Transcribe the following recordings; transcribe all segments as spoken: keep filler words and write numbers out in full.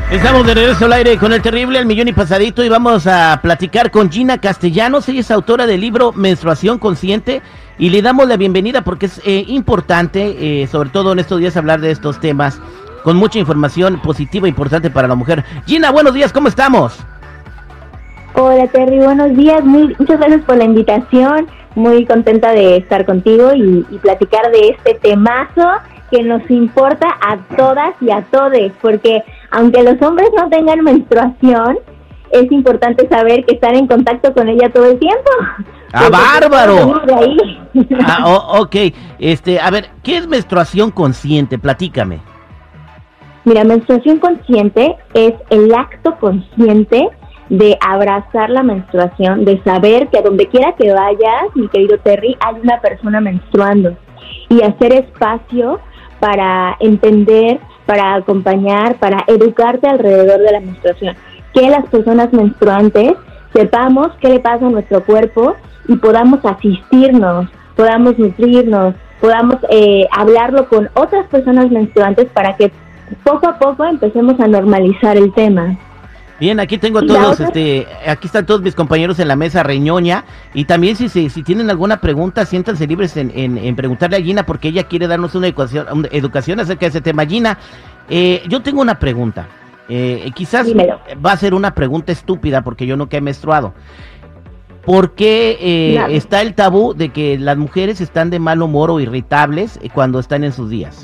Estamos de regreso al aire con el terrible, el millón y pasadito, y vamos a platicar con Gina Castellanos. Ella es autora del libro Menstruación Consciente y le damos la bienvenida porque es eh, importante, eh, sobre todo en estos días, hablar de estos temas con mucha información positiva e importante para la mujer. Gina, buenos días, ¿cómo estamos? Hola Terry, buenos días, muy, muchas gracias por la invitación, muy contenta de estar contigo y, y platicar de este temazo que nos importa a todas y a todes, porque aunque los hombres no tengan menstruación, es importante saber que están en contacto con ella todo el tiempo. ¡Ah, bárbaro! De ahí. Ah, oh, ok, este, a ver, ¿qué es menstruación consciente? Platícame. Mira, menstruación consciente es el acto consciente de abrazar la menstruación, de saber que a donde quiera que vayas, mi querido Terry, hay una persona menstruando, y hacer espacio para entender, para acompañar, para educarte alrededor de la menstruación. Que las personas menstruantes sepamos qué le pasa a nuestro cuerpo y podamos asistirnos, podamos nutrirnos, podamos eh, hablarlo con otras personas menstruantes para que poco a poco empecemos a normalizar el tema. Bien, aquí tengo a todos, este, aquí están todos mis compañeros en la mesa reñoña, y también si si, si tienen alguna pregunta, siéntanse libres en, en, en preguntarle a Gina, porque ella quiere darnos una educación, una educación acerca de ese tema. Gina, eh, yo tengo una pregunta, eh, quizás Dímelo. Va a ser una pregunta estúpida porque yo nunca he menstruado. ¿Por qué eh, claro. está el tabú de que las mujeres están de mal humor o irritables cuando están en sus días?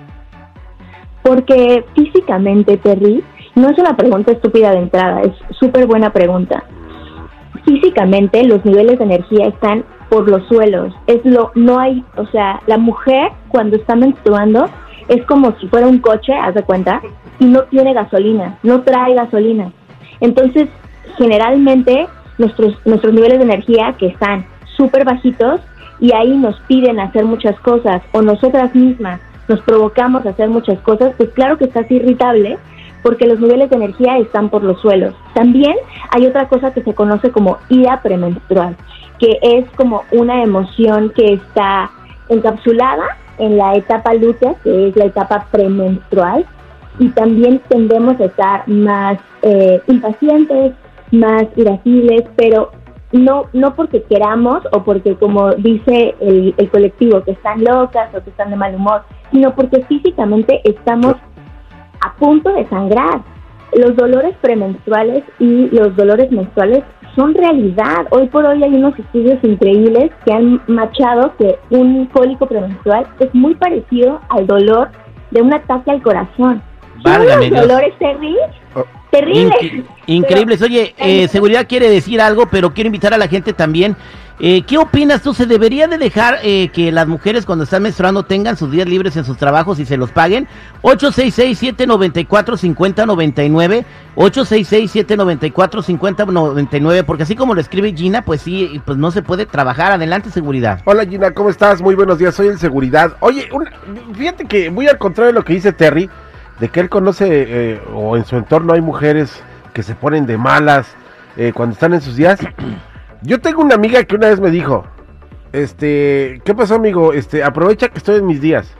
Porque físicamente, Terry, no es una pregunta estúpida de entrada, es súper buena pregunta. Físicamente los niveles de energía están por los suelos. Es lo, no hay, o sea, la mujer cuando está menstruando es como si fuera un coche, haz de cuenta, y no tiene gasolina, no trae gasolina. Entonces, generalmente nuestros nuestros niveles de energía que están súper bajitos, y ahí nos piden hacer muchas cosas, o nosotras mismas nos provocamos a hacer muchas cosas, pues claro que estás irritable, porque los niveles de energía están por los suelos. También hay otra cosa que se conoce como ira premenstrual, que es como una emoción que está encapsulada en la etapa lútea, que es la etapa premenstrual, y también tendemos a estar más eh, impacientes, más irascibles, pero no no porque queramos o porque, como dice el, el colectivo, que están locas o que están de mal humor, sino porque físicamente estamos a punto de sangrar. Los dolores premenstruales y los dolores menstruales son realidad. Hoy por hoy hay unos estudios increíbles que han machado que un cólico premenstrual es muy parecido al dolor de un ataque al corazón. Válgame Dios. Dolores terribles, oh. terribles. Inc- increíbles. Pero, Oye, eh, seguridad quiere decir algo, pero quiero invitar a la gente también. Eh, ¿Qué opinas tú? ¿Se debería de dejar eh, que las mujeres cuando están menstruando tengan sus días libres en sus trabajos y se los paguen? ocho seis seis, siete nueve cuatro, cinco cero nueve nueve, ocho seis seis, siete nueve cuatro, cinco cero nueve nueve, porque así como lo escribe Gina, pues sí, pues no se puede trabajar. Adelante, seguridad. Hola Gina, ¿cómo estás? Muy buenos días, soy el seguridad. Oye, una, fíjate que muy al contrario de lo que dice Terry, de que él conoce eh, o en su entorno hay mujeres que se ponen de malas eh, cuando están en sus días. Yo tengo una amiga que una vez me dijo, este, ¿qué pasó, amigo? Este, aprovecha que estoy en mis días.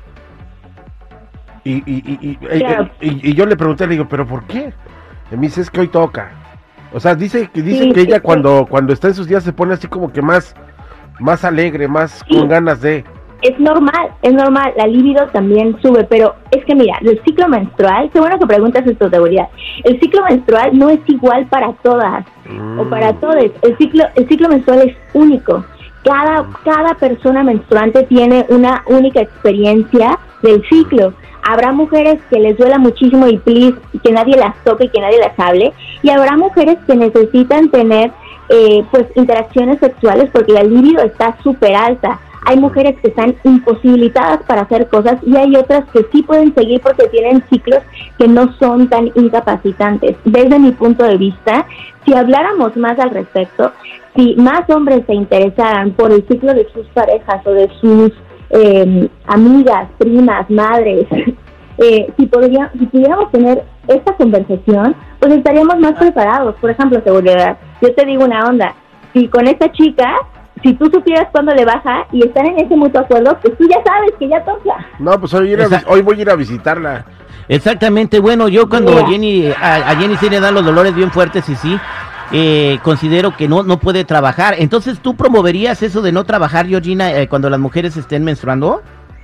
Y, y, y, y, claro. y, y, y yo le pregunté, le digo, ¿pero por qué? Y me dice, es que hoy toca. O sea, dice que dice sí, que ella sí, cuando sí. cuando está en sus días se pone así como que más, más alegre, más sí. con ganas de... Es normal, es normal, la libido también sube, pero es que mira, el ciclo menstrual, qué bueno que preguntas esto, seguridad, el ciclo menstrual no es igual para todas mm. o para todos, el ciclo el ciclo menstrual es único, cada, mm. cada persona menstruante tiene una única experiencia del ciclo. Habrá mujeres que les duela muchísimo y please, que nadie las toque y que nadie las hable, y habrá mujeres que necesitan tener eh, pues interacciones sexuales porque la libido está súper alta. Hay mujeres que están imposibilitadas para hacer cosas y hay otras que sí pueden seguir porque tienen ciclos que no son tan incapacitantes. Desde mi punto de vista, si habláramos más al respecto, si más hombres se interesaran por el ciclo de sus parejas o de sus eh, amigas, primas, madres, eh, si, podría, si pudiéramos tener esta conversación, pues estaríamos más preparados. Por ejemplo, seguridad, yo te digo una onda, si con esta chica... Si tú supieras cuándo le baja y están en ese mutuo acuerdo, pues tú ya sabes que ya toca. No, pues hoy, ir a, hoy voy a ir a visitarla. Exactamente, bueno, yo cuando Mira. Jenny, a, a Jenny sí le dan los dolores bien fuertes y sí, eh, considero que no, no puede trabajar. Entonces, ¿tú promoverías eso de no trabajar, Georgina, eh, cuando las mujeres estén menstruando?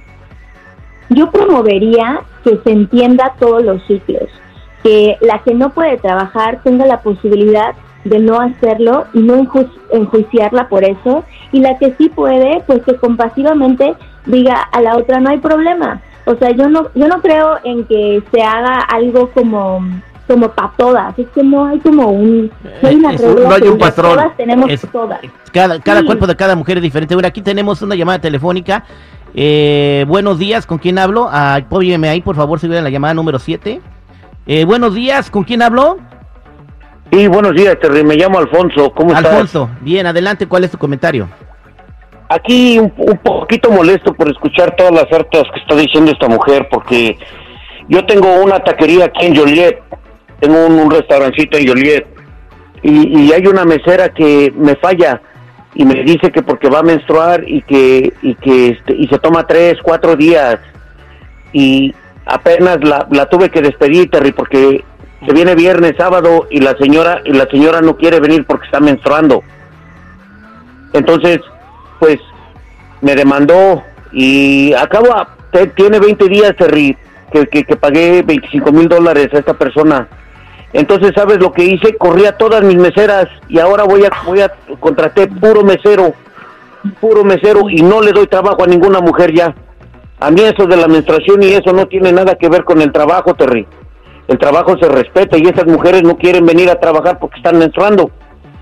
Yo promovería que se entienda todos los ciclos, que la que no puede trabajar tenga la posibilidad de no hacerlo y no enju- enjuiciarla por eso, y la que sí puede, pues que compasivamente diga a la otra no hay problema. O sea, yo no yo no creo en que se haga algo como como para todas, es que no hay como un no hay una Es- regla no hay que un diga, patrón. todas tenemos Es- todas. Cada, cada Sí. cuerpo de cada mujer es diferente. Bueno, aquí tenemos una llamada telefónica. Eh, buenos días, ¿con quién hablo? Ah, apóyeme ahí, por favor, si viene la llamada número siete. Eh, buenos días, ¿con quién hablo? Sí, buenos días, Terry. Me llamo Alfonso. ¿Cómo estás? Alfonso, bien, adelante, ¿cuál es tu comentario? Aquí un, un poquito molesto por escuchar todas las hartas que está diciendo esta mujer, porque yo tengo una taquería aquí en Joliet, tengo un, un restaurancito en Joliet, y, y hay una mesera que me falla y me dice que porque va a menstruar y que y que este, y se toma tres, cuatro días, y apenas la, la tuve que despedir, Terry, porque se viene viernes, sábado, y la señora y la señora no quiere venir porque está menstruando. Entonces, pues, me demandó y acabo, a- te- tiene veinte días, Terry, que, que, que pagué veinticinco mil dólares a esta persona. Entonces, ¿sabes lo que hice? Corrí a todas mis meseras y ahora voy a, voy a, contraté puro mesero, puro mesero, y no le doy trabajo a ninguna mujer ya. A mí eso de la menstruación y eso no tiene nada que ver con el trabajo, Terry. El trabajo se respeta y esas mujeres no quieren venir a trabajar porque están menstruando.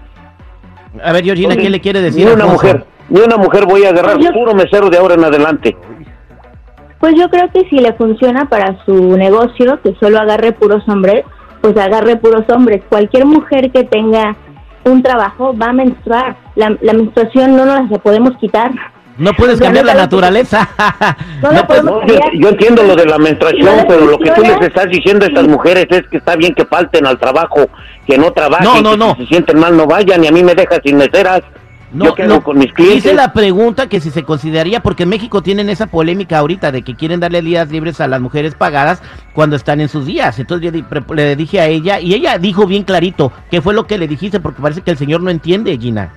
A ver, Georgina, Entonces, ¿qué le quiere decir? Ni una Alfonso? mujer, ni una mujer voy a agarrar, Yo- puro mesero de ahora en adelante. Pues yo creo que si le funciona para su negocio, que solo agarre puros hombres, pues agarre puros hombres. Cualquier mujer que tenga un trabajo va a menstruar. La, la menstruación no nos la podemos quitar. No puedes O sea, cambiar no la sabes- naturaleza. No No la puedes- podemos- No, yo, yo entiendo lo de la menstruación, No le pero lo que tú funciona. les estás diciendo a estas mujeres es que está bien que falten al trabajo, que no trabajen, No, no, que no. si se sienten mal no vayan, y a mí me dejas sin meseras. No, yo qué hago no, con mis clientes. hice la pregunta que si se consideraría, porque en México tienen esa polémica ahorita de que quieren darle días libres a las mujeres pagadas cuando están en sus días. Entonces yo di- pre- le dije a ella, y ella dijo bien clarito, ¿qué fue lo que le dijiste? Porque parece que el señor no entiende, Gina.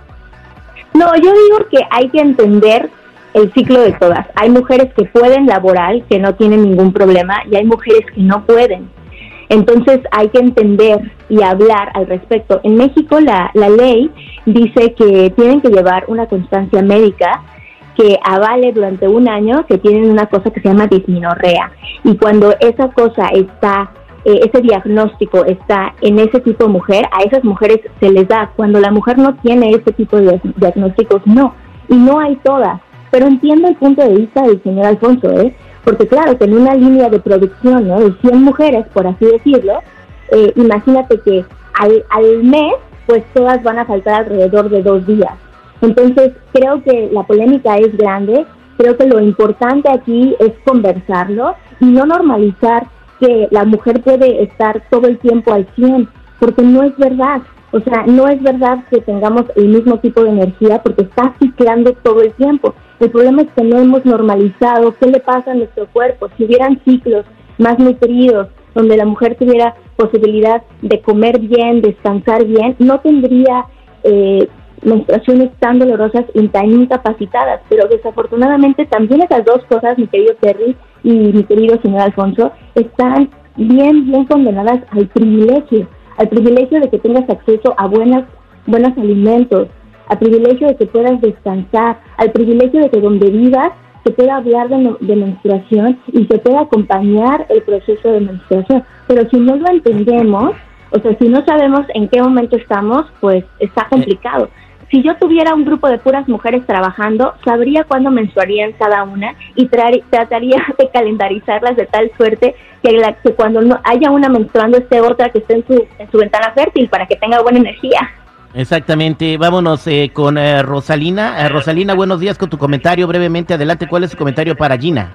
No, yo digo que hay que entender el ciclo de todas. Hay mujeres que pueden laborar, que no tienen ningún problema, y hay mujeres que no pueden. Entonces hay que entender y hablar al respecto. En México la, la ley dice que tienen que llevar una constancia médica que avale durante un año que tienen una cosa que se llama disminorrea. Y cuando esa cosa está, eh, ese diagnóstico está en ese tipo de mujer, a esas mujeres se les da. Cuando la mujer no tiene ese tipo de diagnósticos, no. Y no hay todas. Pero entiendo el punto de vista del señor Alfonso, ¿eh? Porque claro, que en una línea de producción, ¿no?, de cien mujeres, por así decirlo, eh, imagínate que al, al mes, pues todas van a faltar alrededor de dos días. Entonces, creo que la polémica es grande, creo que lo importante aquí es conversarlo y no normalizar que la mujer puede estar todo el tiempo al cien, porque no es verdad. O sea, no es verdad que tengamos el mismo tipo de energía porque está ciclando todo el tiempo. El problema es que no hemos normalizado qué le pasa a nuestro cuerpo. Si hubieran ciclos más nutridos, donde la mujer tuviera posibilidad de comer bien, descansar bien, no tendría eh, menstruaciones tan dolorosas y tan incapacitadas. Pero desafortunadamente también esas dos cosas, mi querido Terry y mi querido señor Alfonso, están bien, bien condenadas al privilegio. Al privilegio de que tengas acceso a buenas, buenos alimentos, al privilegio de que puedas descansar, al privilegio de que donde vivas se pueda hablar de, de menstruación y se pueda acompañar el proceso de menstruación. Pero si no lo entendemos, o sea, si no sabemos en qué momento estamos, pues está complicado. Si yo tuviera un grupo de puras mujeres trabajando, sabría cuándo menstruarían cada una y tra- trataría de calendarizarlas de tal suerte que, la, que cuando no haya una menstruando esté otra que esté en su, en su ventana fértil para que tenga buena energía. Exactamente, vámonos eh, con eh, Rosalina. Eh, Rosalina, buenos días, con tu comentario brevemente. Adelante, ¿cuál es tu comentario para Gina?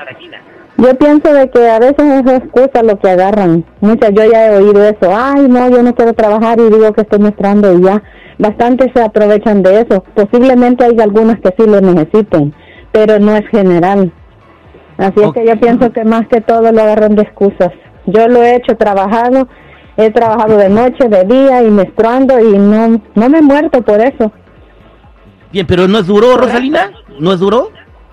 Yo pienso de que a veces es excusa lo que agarran. Muchas, yo ya he oído eso. Ay, no, yo no quiero trabajar y digo que estoy menstruando y ya. Bastantes se aprovechan de eso. Posiblemente hay algunas que sí lo necesiten, pero no es general. Así es Ok. que yo pienso que más que todo lo agarran de excusas. Yo lo he hecho, he trabajado, he trabajado de noche, de día y menstruando y no, no me he muerto por eso. Bien, pero ¿no es duro, Rosalina? ¿No es duro?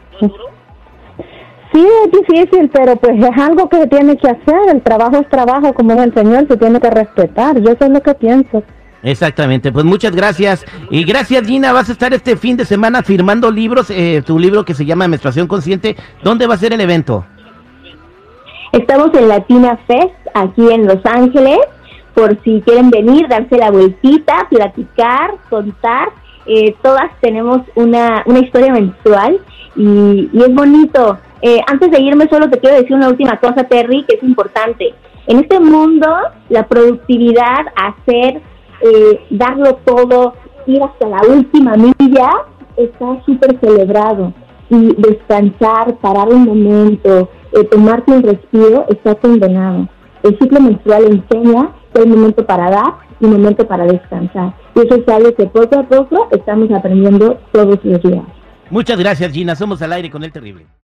Sí, es difícil, pero pues es algo que se tiene que hacer. El trabajo es trabajo, como es el Señor, se tiene que respetar. Yo eso es lo que pienso. Exactamente, pues muchas gracias. Y gracias, Gina, vas a estar este fin de semana firmando libros, eh, tu libro que se llama Menstruación Consciente. ¿Dónde va a ser el evento? Estamos en Latina Fest, aquí en Los Ángeles, por si quieren venir, darse la vueltita, platicar, contar. Eh, todas tenemos una, una historia menstrual y, y es bonito. Eh, antes de irme, solo te quiero decir una última cosa, Terry, que es importante. En este mundo, la productividad, hacer, eh, darlo todo, ir hasta la última milla, está súper celebrado. Y descansar, parar un momento, eh, tomarte un respiro, está condenado. El ciclo menstrual enseña que hay momento para dar y momento para descansar. Y eso es algo que poco a poco estamos aprendiendo todos los días. Muchas gracias, Gina, somos al aire con El Terrible.